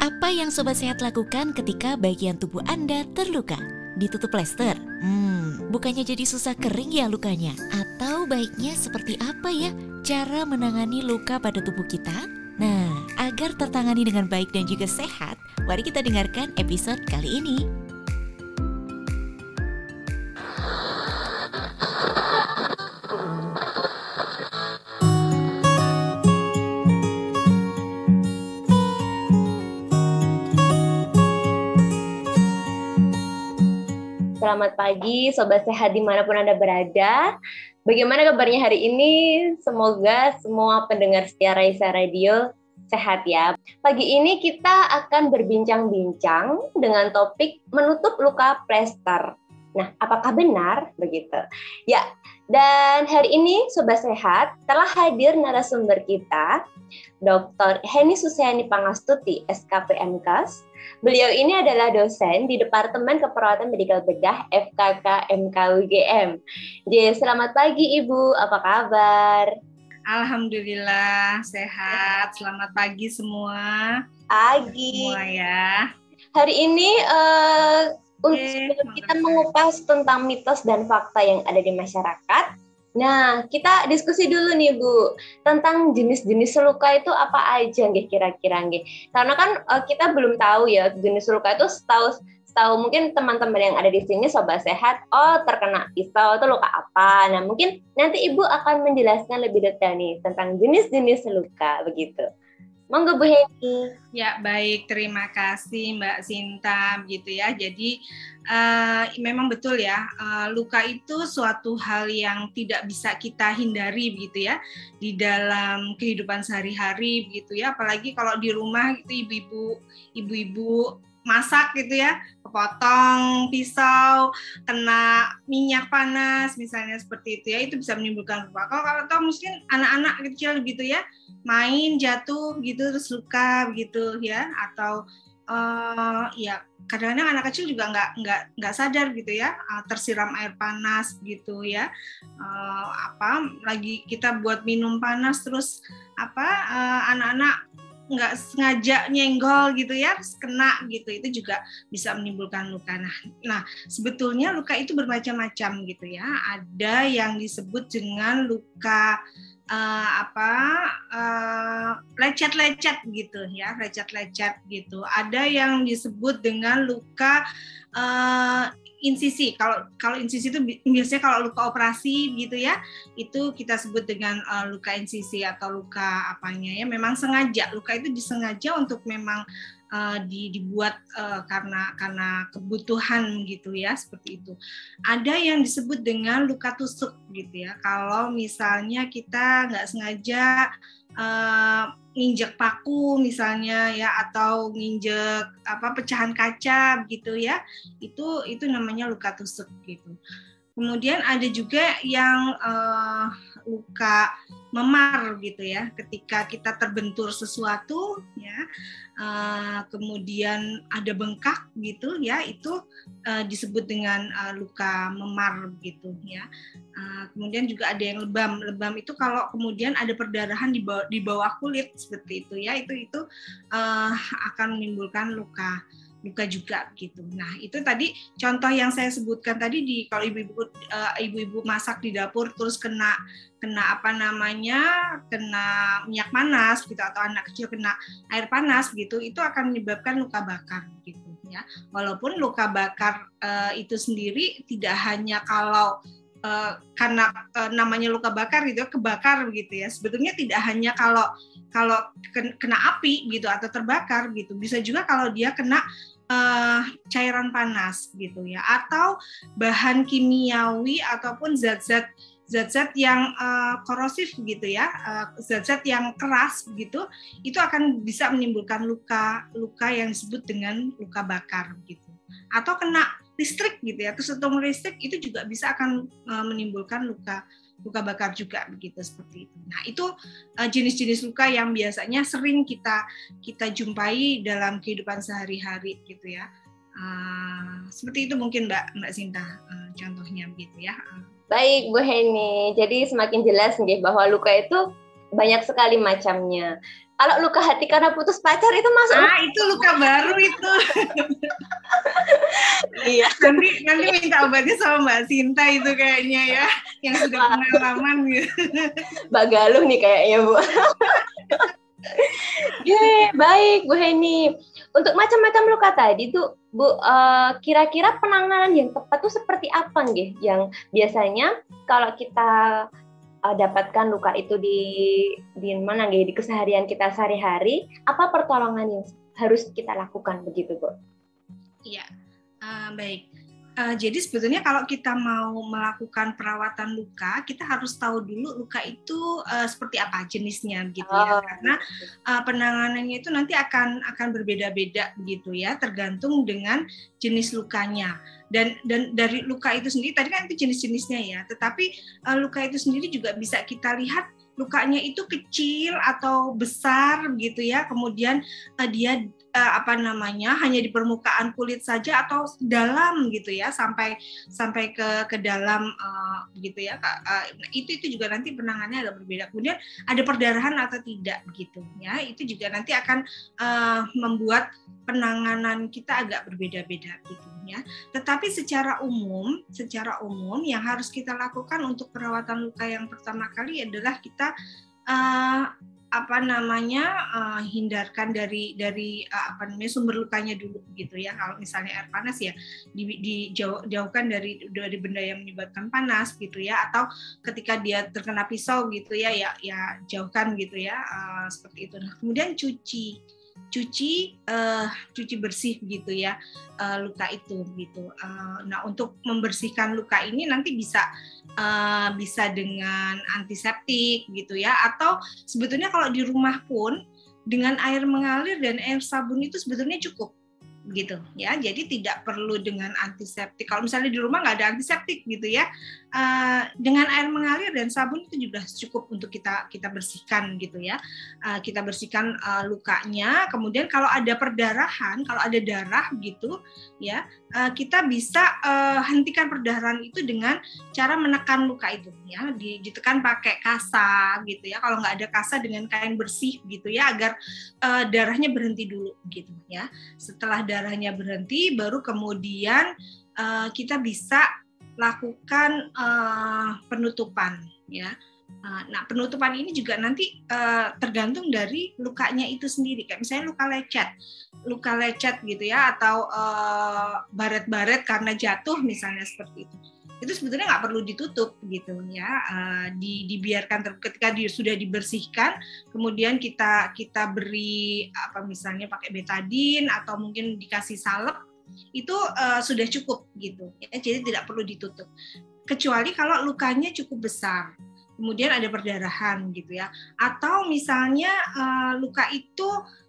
Apa yang Sobat Sehat lakukan ketika bagian tubuh Anda terluka? Ditutup plester? Bukannya jadi susah kering ya lukanya? Atau baiknya seperti apa ya cara menangani luka pada tubuh kita? Nah, agar tertangani dengan baik dan juga sehat, mari kita dengarkan episode kali ini. Selamat pagi, Sobat Sehat dimanapun Anda berada. Bagaimana kabarnya hari ini? Semoga semua pendengar setia Raisa Radio sehat ya. Pagi ini kita akan berbincang-bincang dengan topik menutup luka plester. Nah, apakah benar begitu? Ya, dan hari ini Sobat Sehat telah hadir narasumber kita, Dr. Heni Susiani Pangastuti, SKP MKes. Beliau ini adalah dosen di Departemen Keperawatan Medikal Bedah FKK MKUGM. Jadi, selamat pagi Ibu, apa kabar? Alhamdulillah sehat. Selamat pagi semua. Pagi. Semua ya. Hari ini untuk kita mengupas tentang mitos dan fakta yang ada di masyarakat. Nah, kita diskusi dulu nih Bu, tentang jenis-jenis luka itu apa aja nggih kira-kira nggih. Karena kan kita belum tahu ya jenis luka itu setahu mungkin teman-teman yang ada di sini Sobat Sehat, terkena pisau itu luka apa. Nah, mungkin nanti Ibu akan menjelaskan lebih detail nih tentang jenis-jenis luka begitu. Monggo Bu Heni. Ya, baik. Terima kasih Mbak Sinta gitu ya. Jadi memang betul ya, luka itu suatu hal yang tidak bisa kita hindari begitu ya di dalam kehidupan sehari-hari begitu ya. Apalagi kalau di rumah itu ibu-ibu masak gitu ya, kepotong pisau, kena minyak panas misalnya seperti itu ya, itu bisa menimbulkan luka. Kalau mungkin anak-anak kecil gitu ya, main jatuh gitu terus luka begitu ya, atau ya kadang-kadang anak kecil juga nggak sadar gitu ya, tersiram air panas gitu ya, lagi kita buat minum panas terus anak-anak nggak sengaja nyenggol gitu ya, terus kena gitu, itu juga bisa menimbulkan luka. Nah, sebetulnya luka itu bermacam-macam gitu ya. Ada yang disebut dengan luka lecet-lecet gitu ya, lecet-lecet gitu. Ada yang disebut dengan luka insisi. Kalau insisi itu biasanya kalau luka operasi gitu ya, itu kita sebut dengan luka insisi atau luka memang sengaja. Luka itu disengaja untuk memang dibuat karena kebutuhan gitu ya, seperti itu. Ada yang disebut dengan luka tusuk gitu ya. Kalau misalnya kita nggak sengaja nginjek paku misalnya ya, atau nginjek pecahan kaca gitu ya, itu namanya luka tusuk gitu. Kemudian ada juga yang luka memar gitu ya, ketika kita terbentur sesuatu ya, kemudian ada bengkak gitu ya, itu disebut dengan luka memar gitu ya. Kemudian juga ada yang lebam itu kalau kemudian ada perdarahan di bawah kulit seperti itu ya, itu akan menimbulkan luka juga gitu. Nah, itu tadi contoh yang saya sebutkan tadi, kalau ibu-ibu masak di dapur terus kena kena minyak panas gitu, atau anak kecil kena air panas gitu, itu akan menyebabkan luka bakar gitu ya. Walaupun luka bakar itu sendiri tidak hanya kalau karena namanya luka bakar gitu, kebakar gitu ya. Sebetulnya tidak hanya kalau kena api gitu atau terbakar gitu, bisa juga kalau dia kena cairan panas gitu ya, atau bahan kimiawi ataupun zat-zat yang korosif gitu ya, zat-zat yang keras gitu, itu akan bisa menimbulkan luka yang disebut dengan luka bakar gitu. Atau kena listrik gitu ya, tersentuh listrik, itu juga bisa akan menimbulkan luka bakar juga begitu, seperti itu. Nah, itu jenis-jenis luka yang biasanya sering kita jumpai dalam kehidupan sehari-hari gitu ya. Seperti itu mungkin Mbak Sinta contohnya begitu ya. Baik Bu Heni, jadi semakin jelas nih bahwa luka itu banyak sekali macamnya. Kalau luka hati karena putus pacar itu masuk. Itu luka baru itu. Iya. Nanti minta obatnya sama Mbak Sinta itu kayaknya ya, yang sudah pengalaman gitu. Mbak Galuh nih kayaknya, Bu. Baik Bu Heni. Untuk macam-macam luka tadi tuh Bu, kira-kira penanganan yang tepat tuh seperti apa nggih? Yang biasanya kalau kita dapatkan luka itu di mana nggih, di keseharian kita sehari-hari, apa pertolongan yang harus kita lakukan begitu, Bu? Iya, baik. Jadi sebetulnya kalau kita mau melakukan perawatan luka, kita harus tahu dulu luka itu seperti apa jenisnya, gitu ya. Karena penanganannya itu nanti akan berbeda-beda, gitu ya, tergantung dengan jenis lukanya. Dan dari luka itu sendiri, tadi kan itu jenis-jenisnya ya. Tetapi luka itu sendiri juga bisa kita lihat lukanya itu kecil atau besar, gitu ya. Kemudian dia hanya di permukaan kulit saja atau dalam, gitu ya, sampai ke dalam, gitu ya. Itu juga nanti penanganannya agak berbeda. Kemudian ada perdarahan atau tidak, gitu ya. Itu juga nanti akan membuat penanganan kita agak berbeda-beda, gitu ya. Tetapi secara umum yang harus kita lakukan untuk perawatan luka yang pertama kali adalah kita hindarkan dari sumber lukanya dulu, gitu ya. Kalau misalnya air panas ya dijauhkan dari benda yang menyebabkan panas, gitu ya. Atau ketika dia terkena pisau, gitu ya jauhkan, gitu ya, seperti itu. Nah, kemudian cuci bersih, gitu ya, luka itu, gitu. Nah, untuk membersihkan luka ini nanti bisa dengan antiseptik, gitu ya, atau sebetulnya kalau di rumah pun dengan air mengalir dan air sabun itu sebetulnya cukup, gitu ya. Jadi tidak perlu dengan antiseptik. Kalau misalnya di rumah nggak ada antiseptik, gitu ya, dengan air mengalir dan sabun itu juga cukup untuk kita bersihkan, gitu ya. Kita bersihkan lukanya. Kemudian kalau ada perdarahan, kalau ada darah, gitu ya, kita bisa hentikan perdarahan itu dengan cara menekan luka itu, ya, ditekan pakai kasa, gitu ya. Kalau nggak ada kasa, dengan kain bersih, gitu ya, agar darahnya berhenti dulu, gitu ya. Setelah darahnya berhenti, baru kemudian kita bisa lakukan penutupan, ya. Nah, penutupan ini juga nanti tergantung dari lukanya itu sendiri. Kayak misalnya luka lecet, gitu ya, atau baret-baret karena jatuh misalnya, seperti itu. Itu sebetulnya nggak perlu ditutup, gitu ya. Dibiarkan ketika dia sudah dibersihkan, kemudian kita beri misalnya pakai betadine atau mungkin dikasih salep, itu sudah cukup, gitu ya. Jadi tidak perlu ditutup. Kecuali kalau lukanya cukup besar, kemudian ada perdarahan, gitu ya. Atau misalnya luka itu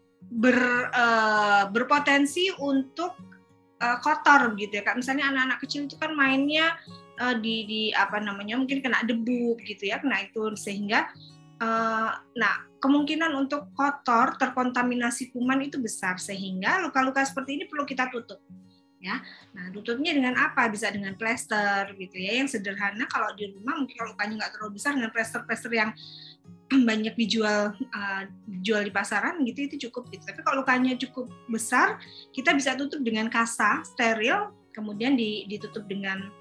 berpotensi untuk kotor, gitu ya. Kayak misalnya anak-anak kecil itu kan mainnya mungkin kena debu, gitu ya, kena itu, sehingga kemungkinan untuk kotor, terkontaminasi kuman itu besar, sehingga luka-luka seperti ini perlu kita tutup, ya. Nah, tutupnya dengan apa? Bisa dengan plester, gitu ya, yang sederhana. Kalau di rumah mungkin kalau lukanya nggak terlalu besar, dengan plester yang banyak dijual di pasaran, gitu, itu cukup, gitu. Tapi kalau lukanya cukup besar, kita bisa tutup dengan kasa steril, kemudian ditutup dengan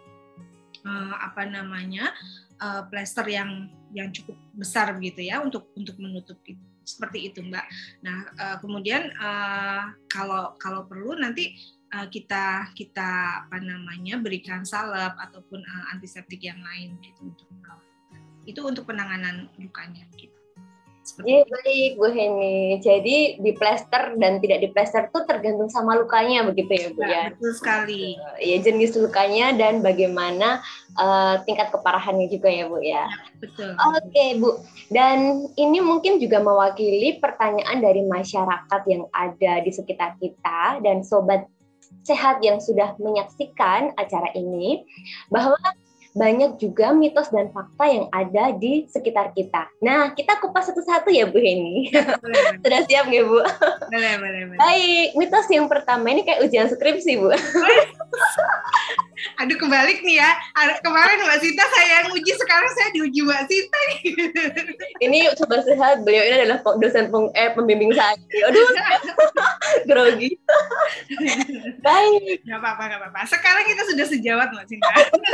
plester yang cukup besar, gitu ya, untuk menutup, gitu. Seperti itu, Mbak. Nah, kemudian kalau perlu nanti kita berikan salep ataupun antiseptik yang lain, gitu, itu untuk penanganan lukanya, gitu. Baik, Bu Heni. Jadi di plester dan tidak di plester itu tergantung sama lukanya, begitu ya, Bu ya? Betul sekali. Ya, jenis lukanya dan bagaimana tingkat keparahannya juga ya, Bu ya. Betul. Oke, Bu. Dan ini mungkin juga mewakili pertanyaan dari masyarakat yang ada di sekitar kita dan sobat sehat yang sudah menyaksikan acara ini, bahwa banyak juga mitos dan fakta yang ada di sekitar kita. Nah, kita kupas satu-satu ya, Bu Heni. Sudah siap nggak, Bu? Boleh. Baik, mitos yang pertama ini kayak ujian skripsi, Bu. Aduh, kebalik nih ya. Kemarin Mbak Sinta saya yang uji, sekarang saya diuji Mbak Sinta nih. Ini Sobat Sehat, beliau ini adalah dosen pembimbing saya. Aduh, grogi. Baik. Gak apa-apa. Sekarang kita sudah sejawat Mbak Sinta.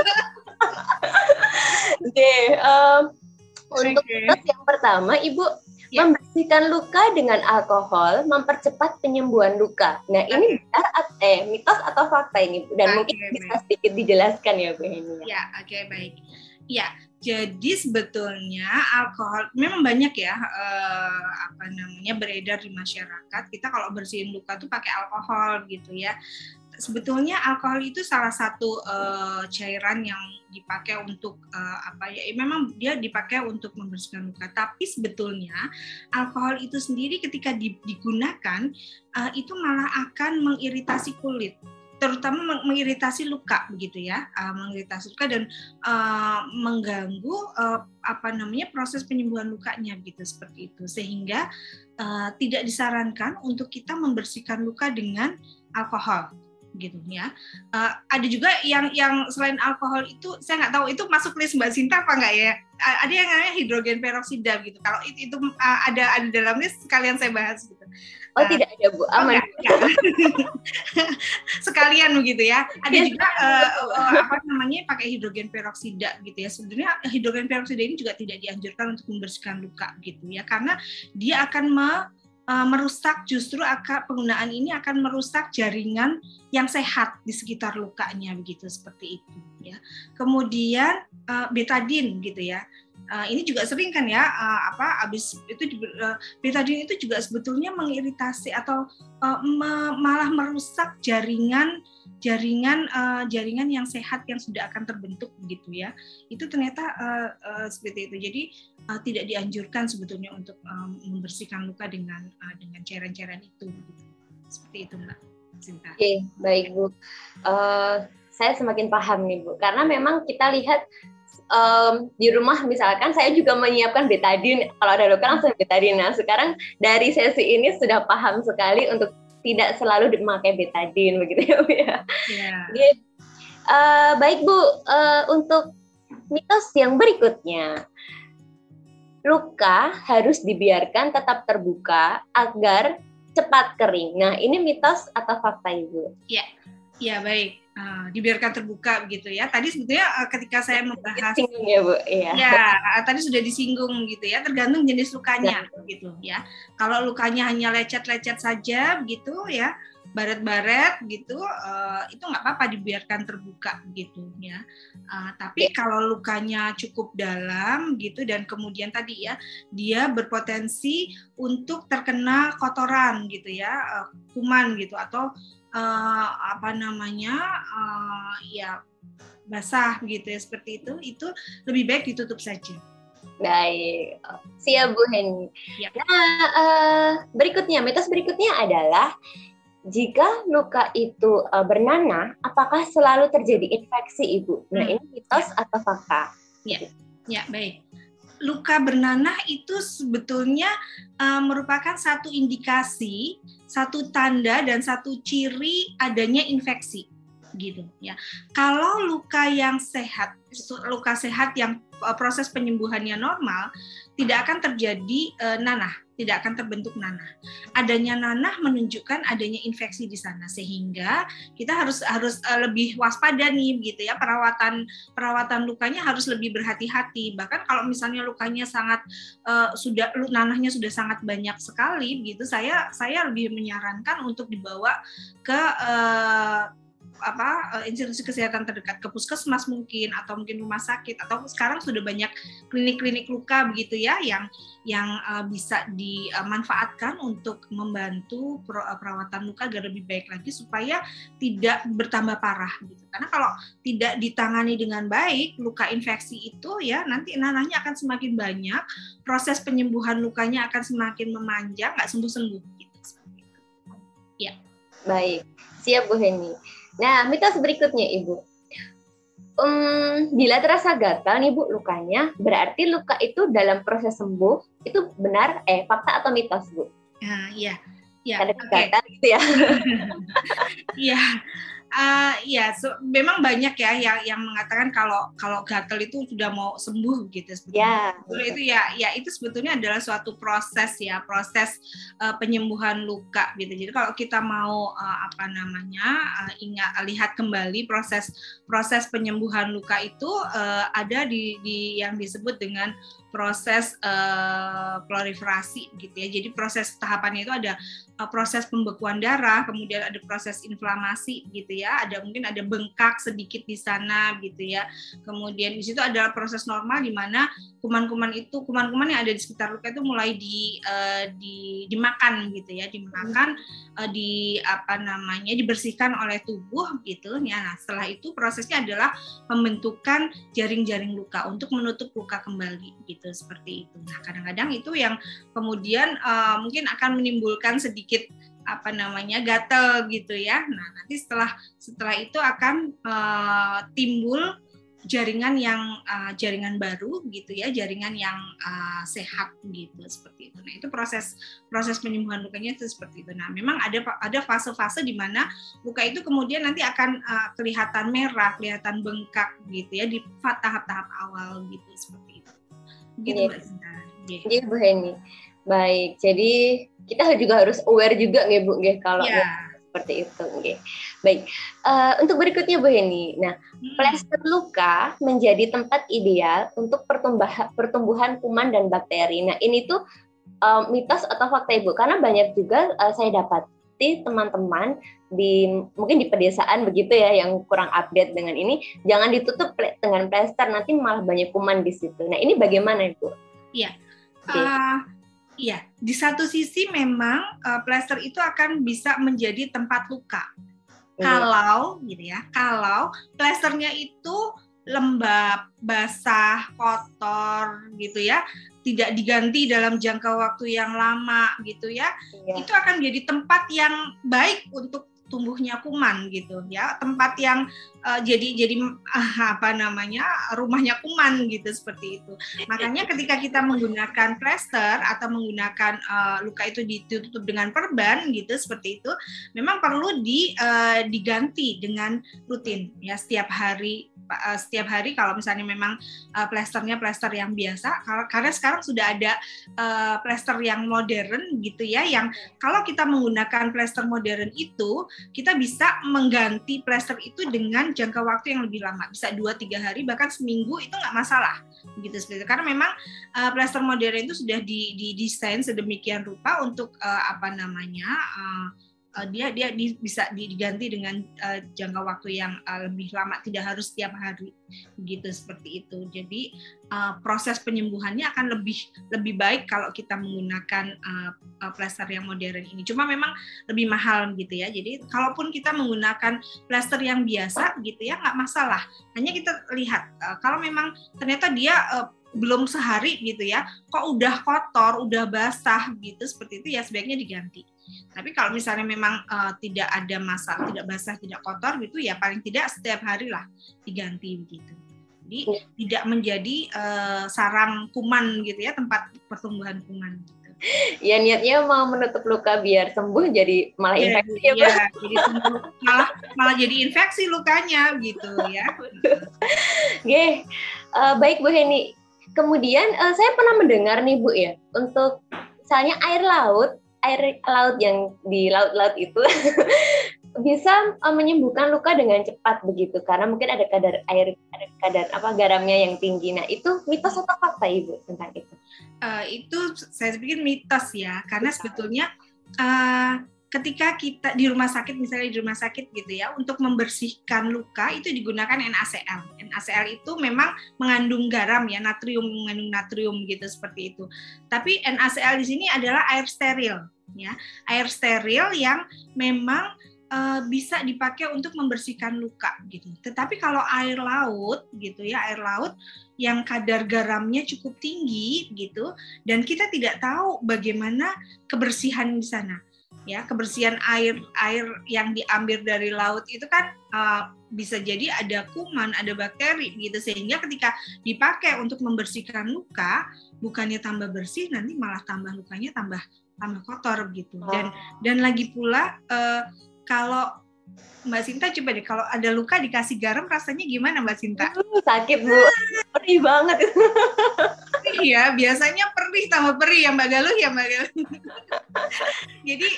Oke, untuk mitos yang pertama, Ibu, membersihkan luka dengan alkohol mempercepat penyembuhan luka. Nah, ini benar mitos atau fakta ini, Bu? Dan mungkin bisa sedikit dijelaskan ya, Bu Heni. Ya, oke, baik. Ya, jadi sebetulnya alkohol memang banyak ya beredar di masyarakat. Kita kalau bersihin luka tuh pakai alkohol gitu ya. Sebetulnya alkohol itu salah satu cairan yang dipakai untuk memang dia dipakai untuk membersihkan luka. Tapi sebetulnya alkohol itu sendiri ketika digunakan itu malah akan mengiritasi kulit, terutama mengiritasi luka begitu ya, mengiritasi luka dan mengganggu proses penyembuhan lukanya gitu, seperti itu. Sehingga tidak disarankan untuk kita membersihkan luka dengan alkohol gitu ya. Ada juga yang selain alkohol itu saya nggak tahu itu masuk list Mbak Sinta apa nggak ya. Ada yang namanya hidrogen peroksida gitu. Kalau itu ada dalam list, sekalian saya bahas gitu. Oh, tidak ada, Bu, aman. Sekalian begitu ya. Ada juga pakai hidrogen peroksida gitu ya. Sebenarnya hidrogen peroksida ini juga tidak dianjurkan untuk membersihkan luka gitu ya, karena dia akan merusak, justru penggunaan ini akan merusak jaringan yang sehat di sekitar lukanya begitu, seperti itu ya. Kemudian betadin gitu ya. Ini juga sering kan ya, betadin itu juga sebetulnya mengiritasi atau malah merusak jaringan yang sehat yang sudah akan terbentuk begitu ya. Itu ternyata seperti itu. Jadi tidak dianjurkan sebetulnya untuk membersihkan luka dengan cairan-cairan itu gitu. Seperti itu, Mbak Sinta. Oke, baik, Bu. Saya semakin paham nih, Bu, karena memang kita lihat di rumah misalkan saya juga menyiapkan betadin, kalau ada luka langsung betadin. Nah, sekarang dari sesi ini sudah paham sekali untuk tidak selalu memakai betadin begitu ya, Bu ya. Yeah. Baik, Bu, untuk mitos yang berikutnya, luka harus dibiarkan tetap terbuka agar cepat kering. Nah, ini mitos atau fakta, Ibu? Ya, baik. Dibiarkan terbuka begitu ya. Tadi sebetulnya ketika saya membahas ya, Bu. Iya. Ya, tadi sudah disinggung gitu ya, tergantung jenis lukanya gitu ya. Kalau lukanya hanya lecet-lecet saja gitu ya, baret-baret gitu, itu nggak apa-apa dibiarkan terbuka gitu ya. Tapi kalau lukanya cukup dalam gitu dan kemudian tadi ya, dia berpotensi untuk terkena kotoran gitu ya, kuman gitu, atau basah gitu ya, seperti itu lebih baik ditutup saja. Baik, siap Bu Heni. Ya. Nah, mitos berikutnya adalah jika luka itu bernanah, apakah selalu terjadi infeksi, Ibu? Nah, ini mitos atau fakta? Ya, baik. Luka bernanah itu sebetulnya merupakan satu indikasi, satu tanda dan satu ciri adanya infeksi gitu ya. Kalau luka yang sehat, luka sehat yang proses penyembuhannya normal, tidak akan terjadi nanah, tidak akan terbentuk nanah. Adanya nanah menunjukkan adanya infeksi di sana, sehingga kita harus lebih waspada nih gitu ya. Perawatan lukanya harus lebih berhati-hati. Bahkan kalau misalnya lukanya sangat nanahnya sudah sangat banyak sekali gitu, saya lebih menyarankan untuk dibawa ke institusi kesehatan terdekat, ke puskesmas mungkin, atau mungkin rumah sakit, atau sekarang sudah banyak klinik-klinik luka begitu ya yang bisa dimanfaatkan untuk membantu perawatan luka agar lebih baik lagi supaya tidak bertambah parah gitu. Karena kalau tidak ditangani dengan baik luka infeksi itu ya, nanti nanahnya akan semakin banyak, proses penyembuhan lukanya akan semakin memanjang, nggak sembuh-sembuh gitu. Ya. Baik, siap Bu Heni. Nah, mitos berikutnya, Ibu. Bila terasa gatal nih, Bu, lukanya, berarti luka itu dalam proses sembuh, itu benar, fakta atau mitos, Bu? Iya. Ada gatal gitu ya? Iya. Memang banyak ya yang mengatakan kalau gatal itu sudah mau sembuh gitu sebetulnya. Itu itu sebetulnya adalah suatu proses penyembuhan luka gitu. Jadi kalau kita mau lihat kembali proses penyembuhan luka itu ada di yang disebut dengan proses proliferasi gitu ya. Jadi proses tahapannya itu ada proses pembekuan darah, kemudian ada proses inflamasi gitu ya. Mungkin ada bengkak sedikit di sana gitu ya. Kemudian di situ adalah proses normal di mana kuman-kuman yang ada di sekitar luka itu mulai dimakan gitu ya, dibersihkan oleh tubuh gitu ya. Nah, setelah itu prosesnya adalah pembentukan jaring-jaring luka untuk menutup luka kembali gitu, seperti itu. Nah, kadang-kadang itu yang kemudian mungkin akan menimbulkan sedikit gatal gitu ya. Nah, nanti setelah itu akan timbul jaringan baru gitu ya, jaringan yang sehat gitu, seperti itu. Nah, itu proses penyembuhan lukanya itu seperti itu. Nah, memang ada fase-fase di mana luka itu kemudian nanti akan kelihatan merah, kelihatan bengkak gitu ya di tahap-tahap awal gitu, seperti itu. Gitu, Mbak Sinta. Iya, Bu Heni. Baik, jadi kita juga harus aware juga nggih Bu nggih kalau seperti itu nggih. Baik. Untuk berikutnya Bu Heni. Nah, plester luka menjadi tempat ideal untuk pertumbuhan kuman dan bakteri. Nah, ini tuh mitos atau fakta Ibu? Karena banyak juga saya dapati teman-teman mungkin di pedesaan begitu ya yang kurang update dengan ini, jangan ditutup dengan plester, nanti malah banyak kuman di situ. Nah, ini bagaimana Ibu? Iya. Iya, di satu sisi memang plester itu akan bisa menjadi tempat luka. Kalau plesternya itu lembab, basah, kotor gitu ya, tidak diganti dalam jangka waktu yang lama gitu ya, itu akan menjadi tempat yang baik untuk tumbuhnya kuman gitu ya, tempat yang rumahnya kuman gitu, seperti itu. Makanya ketika kita menggunakan plester atau menggunakan luka itu ditutup dengan perban gitu, seperti itu, memang perlu diganti dengan rutin ya, setiap hari kalau misalnya memang plesternya plester yang biasa, karena sekarang sudah ada plester yang modern gitu ya, yang kalau kita menggunakan plester modern itu kita bisa mengganti plester itu dengan jangka waktu yang lebih lama, bisa 2-3 hari bahkan seminggu, itu nggak masalah gitu, seperti itu. Karena memang plester modern itu sudah didesain sedemikian rupa untuk dia bisa diganti dengan jangka waktu yang lebih lama, tidak harus setiap hari gitu, seperti itu. Jadi proses penyembuhannya akan lebih baik kalau kita menggunakan plester yang modern ini. Cuma memang lebih mahal gitu ya. Jadi kalaupun kita menggunakan plester yang biasa gitu ya, nggak masalah. Hanya kita lihat kalau memang ternyata dia belum sehari gitu ya, kok udah kotor, udah basah gitu, seperti itu ya, sebaiknya diganti. Tapi kalau misalnya memang tidak ada masalah, tidak basah, tidak kotor gitu ya, paling tidak setiap hari lah diganti begitu. Jadi tidak menjadi sarang kuman gitu ya, tempat pertumbuhan kuman gitu. Ya, niatnya mau menutup luka biar sembuh, jadi malah infeksi ya, jadi sembuh, malah jadi infeksi lukanya gitu ya. Oke, baik Bu Heni. Kemudian saya pernah mendengar nih Bu ya, untuk misalnya air laut yang di laut-laut itu bisa menyembuhkan luka dengan cepat begitu, karena mungkin ada kadar garamnya yang tinggi. Nah, itu mitos atau fakta Ibu tentang itu? Itu saya pikir mitos ya, karena sebetulnya ketika kita di rumah sakit, misalnya di rumah sakit gitu ya, untuk membersihkan luka itu digunakan NaCl. NaCl itu memang mengandung garam ya, mengandung natrium gitu, seperti itu. Tapi NaCl di sini adalah air steril ya, air steril yang memang bisa dipakai untuk membersihkan luka gitu. Tetapi kalau air laut gitu ya, air laut yang kadar garamnya cukup tinggi gitu, dan kita tidak tahu bagaimana kebersihan di sana. Ya, kebersihan air yang diambil dari laut itu kan bisa jadi ada kuman, ada bakteri gitu, sehingga ketika dipakai untuk membersihkan luka, bukannya tambah bersih, nanti malah lukanya tambah kotor gitu. Dan lagi pula kalau Mbak Sinta coba deh, kalau ada luka dikasih garam rasanya gimana Mbak Sinta? Sakit Bu, perih banget. Iya, biasanya perih tambah perih ya Mbak Galuh ya Mbak Galuh. jadi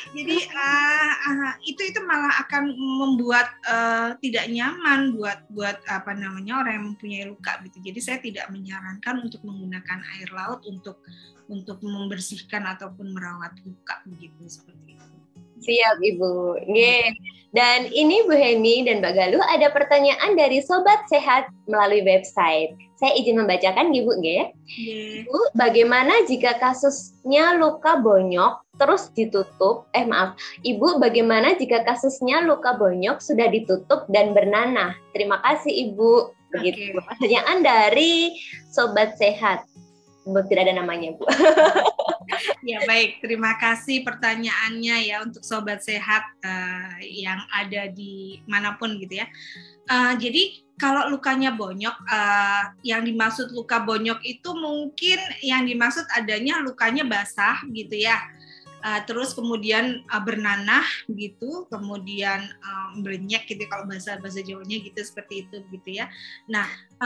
itu malah akan membuat tidak nyaman buat apa namanya orang yang mempunyai luka gitu. Jadi saya tidak menyarankan untuk menggunakan air laut untuk membersihkan ataupun merawat luka begitu, seperti itu. Siap Ibu. Nge. Dan ini Bu Heni dan Mbak Galuh ada pertanyaan dari Sobat Sehat melalui website. Saya izin membacakan Ibu nge. Ibu, bagaimana jika kasusnya luka bonyok terus ditutup? Ibu, bagaimana jika kasusnya luka bonyok sudah ditutup dan bernanah? Terima kasih Ibu. Begitu. Pertanyaan dari Sobat Sehat. Tidak ada namanya Bu. Ya baik, terima kasih pertanyaannya ya untuk Sobat Sehat yang ada di manapun gitu ya. Jadi kalau lukanya bonyok, yang dimaksud luka bonyok itu mungkin yang dimaksud adanya lukanya basah gitu ya. Terus kemudian bernanah gitu, kemudian melenyek gitu kalau bahasa Jawanya gitu, seperti itu gitu ya. Nah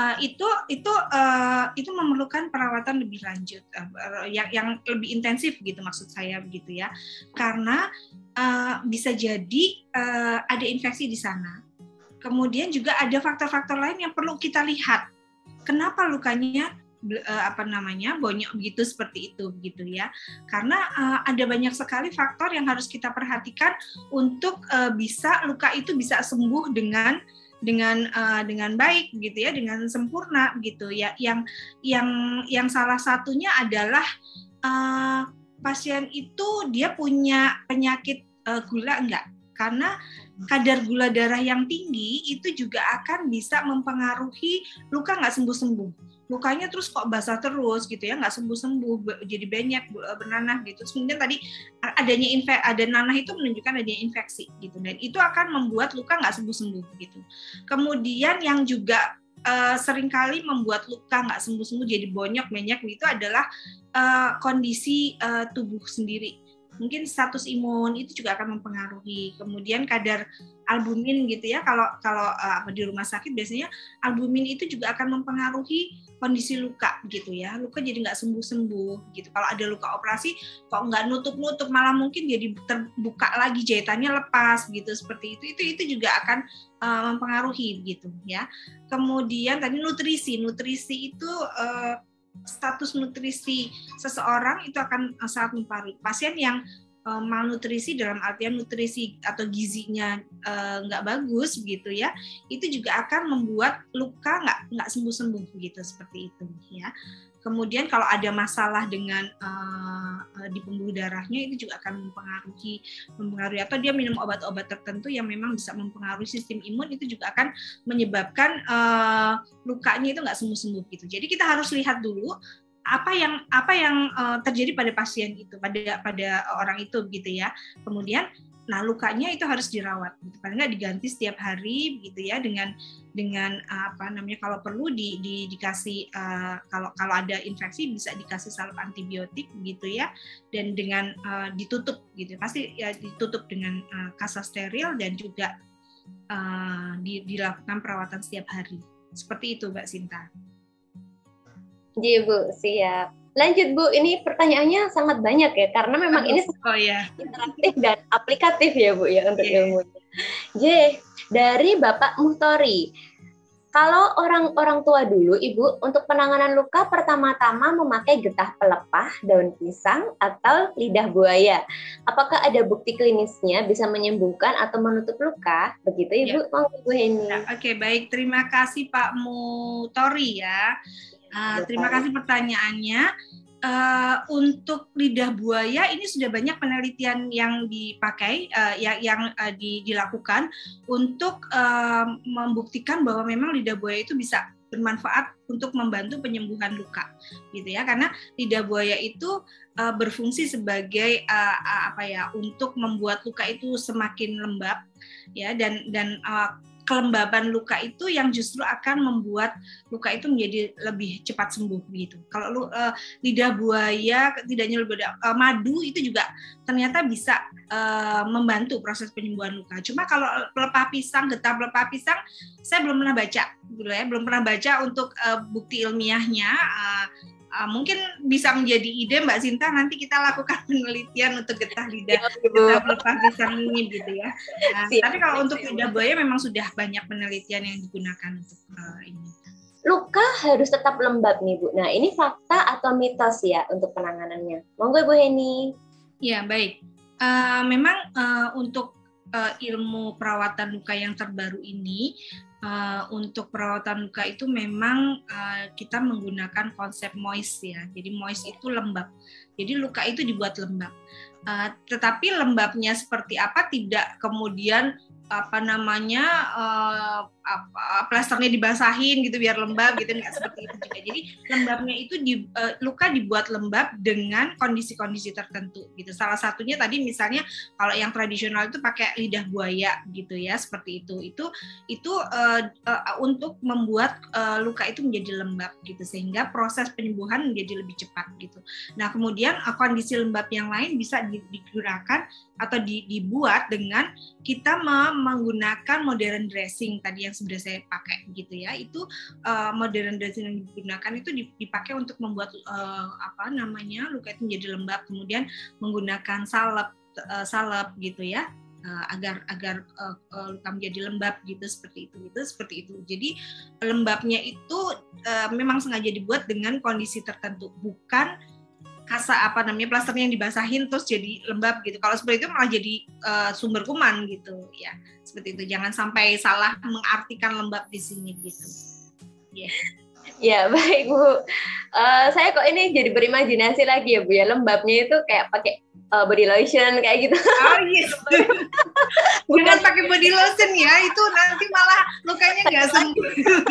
itu memerlukan perawatan lebih lanjut, yang lebih intensif gitu maksud saya begitu ya, karena bisa jadi ada infeksi di sana. Kemudian juga ada faktor-faktor lain yang perlu kita lihat. Kenapa lukanya bonyok begitu seperti itu gitu ya, karena ada banyak sekali faktor yang harus kita perhatikan untuk bisa luka itu bisa sembuh dengan baik gitu ya, dengan sempurna gitu ya. Yang salah satunya adalah pasien itu dia punya penyakit gula enggak, karena kadar gula darah yang tinggi itu juga akan bisa mempengaruhi luka nggak sembuh-sembuh. Lukanya terus kok basah terus gitu ya, nggak sembuh-sembuh, jadi banyak bernanah gitu. Kemudian tadi ada nanah itu menunjukkan adanya infeksi gitu, dan itu akan membuat luka nggak sembuh-sembuh gitu. Kemudian yang juga seringkali membuat luka nggak sembuh-sembuh jadi bonyok, menyek itu adalah kondisi tubuh sendiri. Mungkin status imun itu juga akan mempengaruhi. Kemudian kadar albumin gitu ya, kalau di rumah sakit biasanya albumin itu juga akan mempengaruhi kondisi luka gitu ya. Luka jadi nggak sembuh-sembuh gitu. Kalau ada luka operasi kok nggak nutup-nutup, malah mungkin jadi terbuka lagi, jahitannya lepas gitu, seperti itu. Itu juga akan mempengaruhi gitu ya. Kemudian tadi nutrisi itu status nutrisi seseorang itu akan sangat mempengaruhi. Pasien yang malnutrisi dalam artian nutrisi atau gizinya nggak bagus gitu ya, itu juga akan membuat luka nggak sembuh-sembuh gitu, seperti itu ya. Kemudian kalau ada masalah dengan di pembuluh darahnya itu juga akan mempengaruhi, atau dia minum obat-obat tertentu yang memang bisa mempengaruhi sistem imun, itu juga akan menyebabkan lukanya itu nggak sembuh-sembuh gitu. Jadi kita harus lihat dulu apa yang terjadi pada pasien itu, pada orang itu gitu ya. Kemudian lukanya itu harus dirawat gitu. Paling nggak diganti setiap hari gitu ya, dengan kalau perlu dikasih kalau ada infeksi bisa dikasih salep antibiotik gitu ya, dan dengan ditutup gitu, pasti ya ditutup dengan kasa steril, dan juga dilakukan perawatan setiap hari, seperti itu Mbak Sinta. Iya Bu, siap. Lanjut Bu, ini pertanyaannya sangat banyak ya, karena memang ini interaktif dan aplikatif ya Bu ya untuk ilmunya. J, dari Bapak Muhtori, kalau orang tua dulu Ibu untuk penanganan luka pertama-tama memakai getah pelepah, daun pisang, atau lidah buaya. Apakah ada bukti klinisnya bisa menyembuhkan atau menutup luka? Begitu Ibu, mau Ibu Heni. Oke, baik, terima kasih Pak Muhtori ya. Terima kasih pertanyaannya. Untuk lidah buaya ini sudah banyak penelitian yang dipakai, yang dilakukan untuk membuktikan bahwa memang lidah buaya itu bisa bermanfaat untuk membantu penyembuhan luka, gitu ya. Karena lidah buaya itu berfungsi sebagai untuk membuat luka itu semakin lembab, ya, dan kelembaban luka itu yang justru akan membuat luka itu menjadi lebih cepat sembuh gitu. Kalau lidah buaya, tidak hanya madu itu juga ternyata bisa membantu proses penyembuhan luka. Cuma kalau pelepah pisang, getah pelepah pisang, saya belum pernah baca, gitu ya, belum pernah baca untuk bukti ilmiahnya. Mungkin bisa menjadi ide Mbak Sinta, nanti kita lakukan penelitian untuk getah pelepah pisang ini gitu ya. Tapi kalau untuk lidah buaya memang sudah banyak penelitian yang digunakan untuk ini. Luka harus tetap lembab nih Bu. Nah ini fakta atau mitos ya untuk penanganannya? Monggo Bu Heni. Ya baik. Memang untuk ilmu perawatan luka yang terbaru ini, untuk perawatan luka itu memang kita menggunakan konsep moist ya. Jadi moist itu lembab. Jadi luka itu dibuat lembab. Tetapi lembabnya seperti apa tidak kemudian plasternya dibasahin gitu biar lembab gitu, nggak seperti itu juga. Jadi lembabnya itu luka dibuat lembab dengan kondisi-kondisi tertentu gitu. Salah satunya tadi misalnya kalau yang tradisional itu pakai lidah buaya gitu ya, seperti itu. Itu untuk membuat luka itu menjadi lembab gitu sehingga proses penyembuhan menjadi lebih cepat gitu. Nah, kemudian kondisi lembab yang lain bisa digunakan atau dibuat dengan kita menggunakan modern dressing tadi yang sudah saya pakai gitu ya. Itu modern dressing yang digunakan itu dipakai untuk membuat luka itu menjadi lembab, kemudian menggunakan salep gitu ya, agar luka menjadi lembab gitu, seperti itu. Jadi lembabnya itu memang sengaja dibuat dengan kondisi tertentu, bukan plasternya yang dibasahin terus jadi lembab gitu. Kalau seperti itu malah jadi sumber kuman gitu ya. Seperti itu. Jangan sampai salah mengartikan lembab di sini gitu. Yeah. Ya baik Bu. Saya kok ini jadi berimajinasi lagi ya Bu ya. Lembabnya itu kayak pakai body lotion kayak gitu. Oh yes. Bukan pakai body lotion ya. Itu nanti malah lukanya nggak sembuh.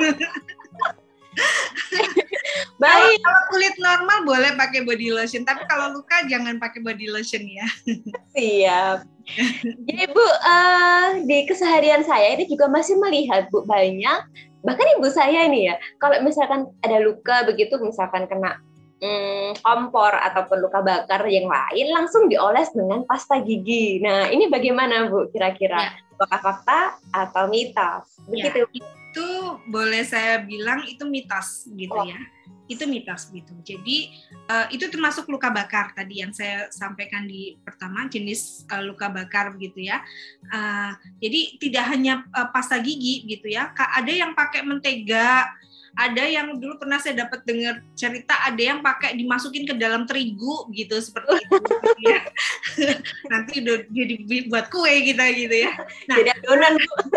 Baik. Kalau kulit normal boleh pakai body lotion, tapi kalau luka jangan pakai body lotion ya. Siap. Jadi Bu, di keseharian saya ini juga masih melihat Bu banyak, bahkan ibu saya ini ya, kalau misalkan ada luka begitu, misalkan kena kompor ataupun luka bakar yang lain, langsung dioles dengan pasta gigi. Nah, ini bagaimana Bu kira-kira? Apakah fakta atau mitos? Begitu. Ya, itu boleh saya bilang itu mitos gitu ya. Itu mitos gitu. Jadi itu termasuk luka bakar tadi yang saya sampaikan di pertama, jenis luka bakar gitu ya. Jadi tidak hanya pasta gigi gitu ya. Ada yang pakai mentega, ada yang dulu pernah saya dapat dengar cerita ada yang pakai dimasukin ke dalam terigu gitu, seperti itu ya. Nanti udah jadi buat kue gitu ya. Nah, jadi adonan.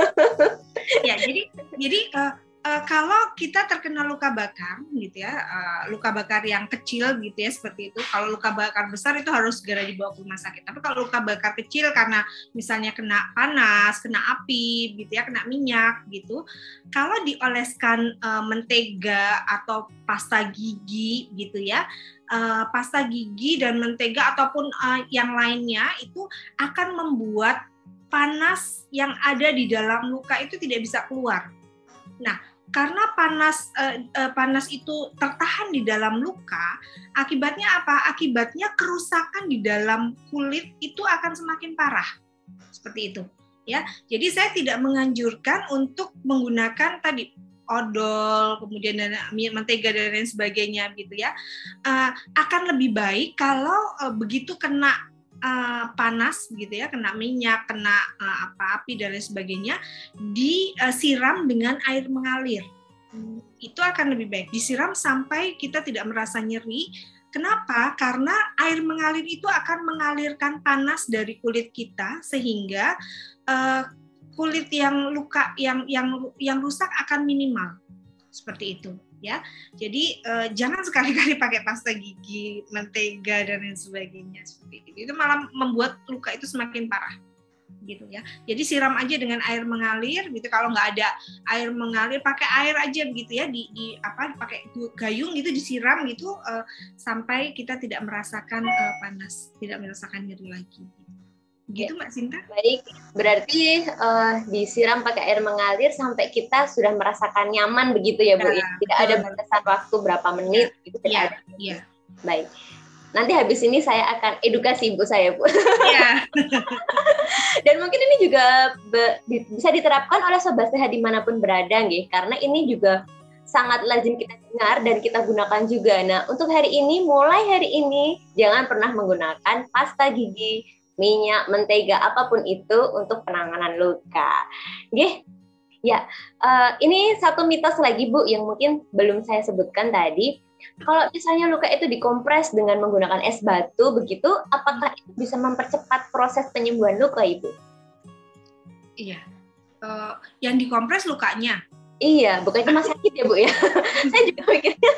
Ya, jadi kalau kita terkena luka bakar gitu ya, luka bakar yang kecil gitu ya seperti itu. Kalau luka bakar besar itu harus segera dibawa ke rumah sakit. Tapi kalau luka bakar kecil karena misalnya kena panas, kena api gitu ya, kena minyak gitu, kalau dioleskan mentega atau pasta gigi gitu ya, pasta gigi dan mentega ataupun yang lainnya itu akan membuat panas yang ada di dalam luka itu tidak bisa keluar. Nah, karena panas itu tertahan di dalam luka, akibatnya apa? Akibatnya kerusakan di dalam kulit itu akan semakin parah. Seperti itu, ya. Jadi saya tidak menganjurkan untuk menggunakan tadi odol, kemudian mentega dan lain sebagainya gitu ya. Akan lebih baik kalau begitu kena panas gitu ya, kena minyak, kena api dan lain sebagainya, disiram dengan air mengalir. Itu akan lebih baik. Disiram sampai kita tidak merasa nyeri. Kenapa? Karena air mengalir itu akan mengalirkan panas dari kulit kita sehingga kulit yang luka yang rusak akan minimal. Seperti itu. Ya, jadi jangan sekali-kali pakai pasta gigi, mentega dan lain sebagainya seperti itu. Itu malah membuat luka itu semakin parah, gitu ya. Jadi siram aja dengan air mengalir, gitu. Kalau nggak ada air mengalir, pakai air aja, begitu ya. Pakai gayung gitu disiram gitu sampai kita tidak merasakan panas, tidak merasakan nyeri lagi. Gitu Mbak Sinta. Baik, berarti disiram pakai air mengalir sampai kita sudah merasakan nyaman begitu ya Bu? Ya, tidak ada batasan waktu berapa menit, gitu tidak ada. Iya. Baik. Nanti habis ini saya akan edukasi ibu saya, Bu. Iya. Dan mungkin ini juga bisa diterapkan oleh sobat sehat dimanapun berada, nggih, karena ini juga sangat lazim kita dengar dan kita gunakan juga. Nah, untuk hari ini, mulai hari ini, jangan pernah menggunakan pasta gigi, minyak, mentega, apapun itu untuk penanganan luka. Nggih? Ya, ini satu mitos lagi Bu yang mungkin belum saya sebutkan tadi. Kalau misalnya luka itu dikompres dengan menggunakan es batu begitu, apakah itu bisa mempercepat proses penyembuhan luka, Ibu? Iya. Yang dikompres lukanya. Iya, bukan cuma sakit ya Bu ya. Saya juga mikirnya.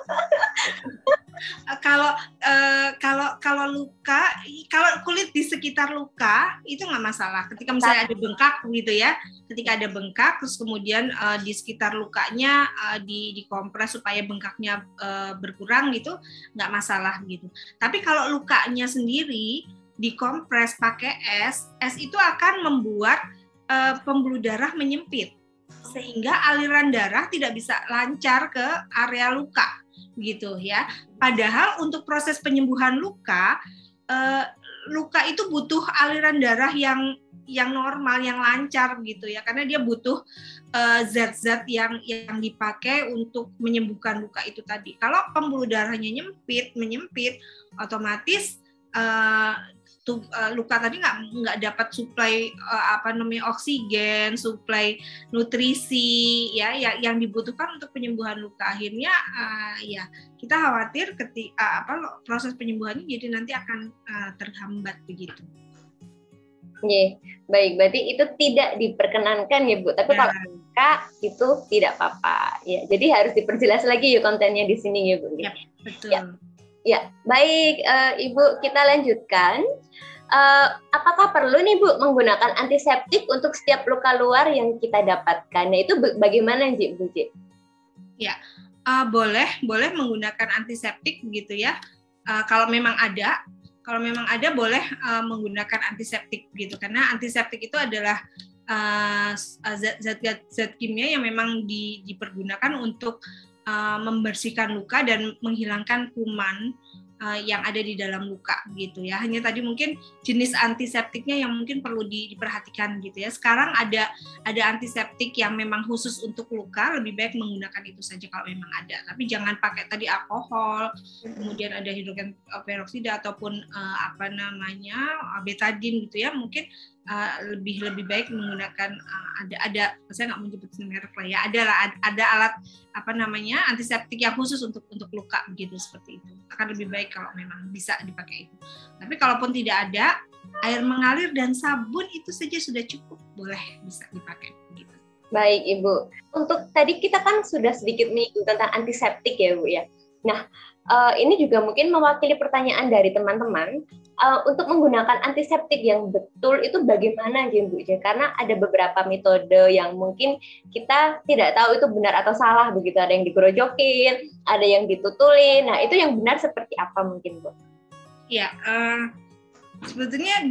Kalau luka, kalau kulit di sekitar luka itu nggak masalah. Ketika misalnya ada bengkak gitu ya, ketika ada bengkak, terus kemudian di sekitar lukanya dikompres supaya bengkaknya berkurang gitu, nggak masalah gitu. Tapi kalau lukanya sendiri dikompres pakai es itu akan membuat pembuluh darah menyempit, sehingga aliran darah tidak bisa lancar ke area luka. Gitu ya. Padahal untuk proses penyembuhan luka, luka itu butuh aliran darah yang normal, yang lancar gitu ya, karena dia butuh zat-zat yang dipakai untuk menyembuhkan luka itu tadi. Kalau pembuluh darahnya menyempit, otomatis luka tadi nggak dapat suplai oksigen, suplai nutrisi ya yang dibutuhkan untuk penyembuhan luka. Akhirnya ya kita khawatir ketika proses penyembuhannya jadi nanti akan terhambat begitu. Oke, baik, berarti itu tidak diperkenankan ya Bu. Tapi kalau luka itu tidak apa-apa. Ya, jadi harus diperjelas lagi ya kontennya di sini ya Bu. Ya, betul. Ya, baik Ibu, kita lanjutkan. Apakah perlu nih Bu menggunakan antiseptik untuk setiap luka luar yang kita dapatkan? Nah, itu bagaimana Bu? Ya, boleh menggunakan antiseptik begitu ya. Kalau memang ada boleh menggunakan antiseptik gitu, karena antiseptik itu adalah zat kimia yang memang dipergunakan untuk membersihkan luka dan menghilangkan kuman yang ada di dalam luka gitu ya. Hanya tadi mungkin jenis antiseptiknya yang mungkin perlu diperhatikan gitu ya. Sekarang ada antiseptik yang memang khusus untuk luka, lebih baik menggunakan itu saja kalau memang ada. Tapi jangan pakai tadi alkohol, kemudian ada hidrogen peroksida ataupun betadine gitu ya. Mungkin lebih baik menggunakan ada saya nggak menyebut merek lah ya, ada alat antiseptik yang khusus untuk luka begitu, seperti itu akan lebih baik kalau memang bisa dipakai itu. Tapi kalaupun tidak ada, air mengalir dan sabun itu saja sudah cukup, bisa dipakai begitu. Baik Ibu, untuk tadi kita kan sudah sedikit menyinggung tentang antiseptik ya Bu ya. Nah, ini juga mungkin mewakili pertanyaan dari teman-teman. Untuk menggunakan antiseptik yang betul itu bagaimana Bu? Karena ada beberapa metode yang mungkin kita tidak tahu itu benar atau salah begitu. Ada yang digerojokin, ada yang ditutulin. Nah, itu yang benar seperti apa mungkin Bu? Ya, sebetulnya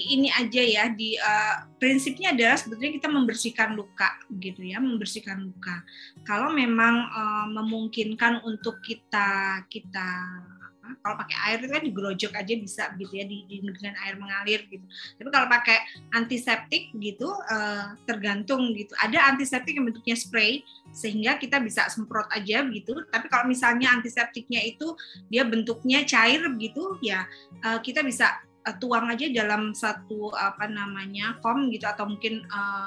prinsipnya adalah sebetulnya kita membersihkan luka gitu ya, membersihkan luka. Kalau memang memungkinkan untuk kita kalau pakai air itu kan digerojok aja bisa gitu ya, dengan air mengalir gitu. Tapi kalau pakai antiseptik gitu tergantung gitu. Ada antiseptik yang bentuknya spray sehingga kita bisa semprot aja gitu. Tapi kalau misalnya antiseptiknya itu dia bentuknya cair begitu ya, kita bisa tuang aja dalam satu foam gitu, atau mungkin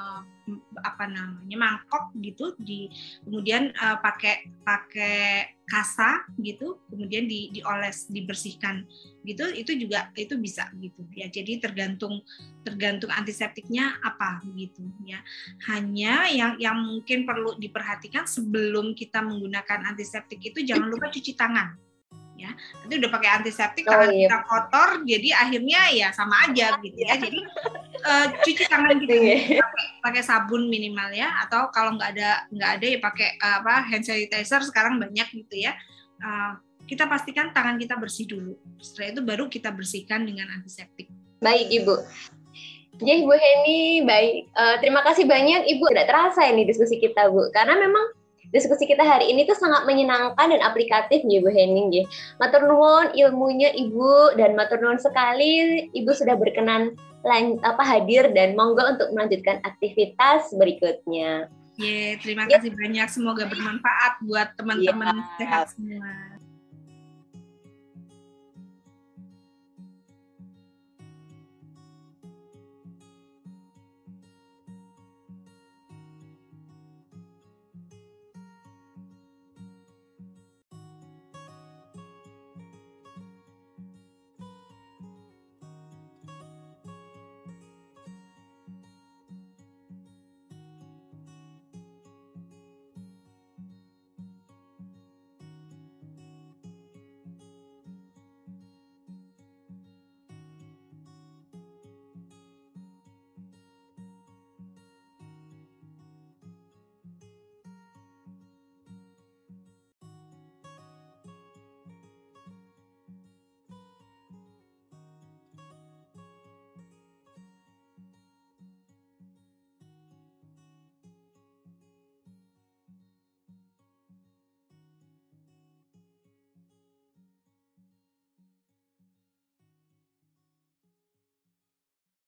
mangkok gitu, kemudian pakai kasa gitu, kemudian dioles, dibersihkan gitu, itu bisa gitu ya. Jadi tergantung antiseptiknya apa gitu ya. Hanya yang mungkin perlu diperhatikan sebelum kita menggunakan antiseptik itu jangan lupa cuci tangan. Ya, nanti udah pakai antiseptik, tangan kita kotor, jadi akhirnya ya sama aja gitu ya. Jadi cuci tangan gitu, pakai sabun minimal ya, atau kalau nggak ada ya pakai hand sanitizer sekarang banyak gitu ya. Kita pastikan tangan kita bersih dulu. Setelah itu baru kita bersihkan dengan antiseptik. Baik Ibu. Ya, Ibu Heni, baik. Terima kasih banyak Ibu. Tidak terasa ini diskusi kita, Bu. Karena memang diskusi kita hari ini tuh sangat menyenangkan dan aplikatif nih, Bu Heni. Ya. Matur nuwun ilmunya Ibu, dan matur nuwun sekali Ibu sudah berkenan hadir, dan monggo untuk melanjutkan aktivitas berikutnya. Terima kasih banyak. Semoga bermanfaat buat teman-teman sehat semua.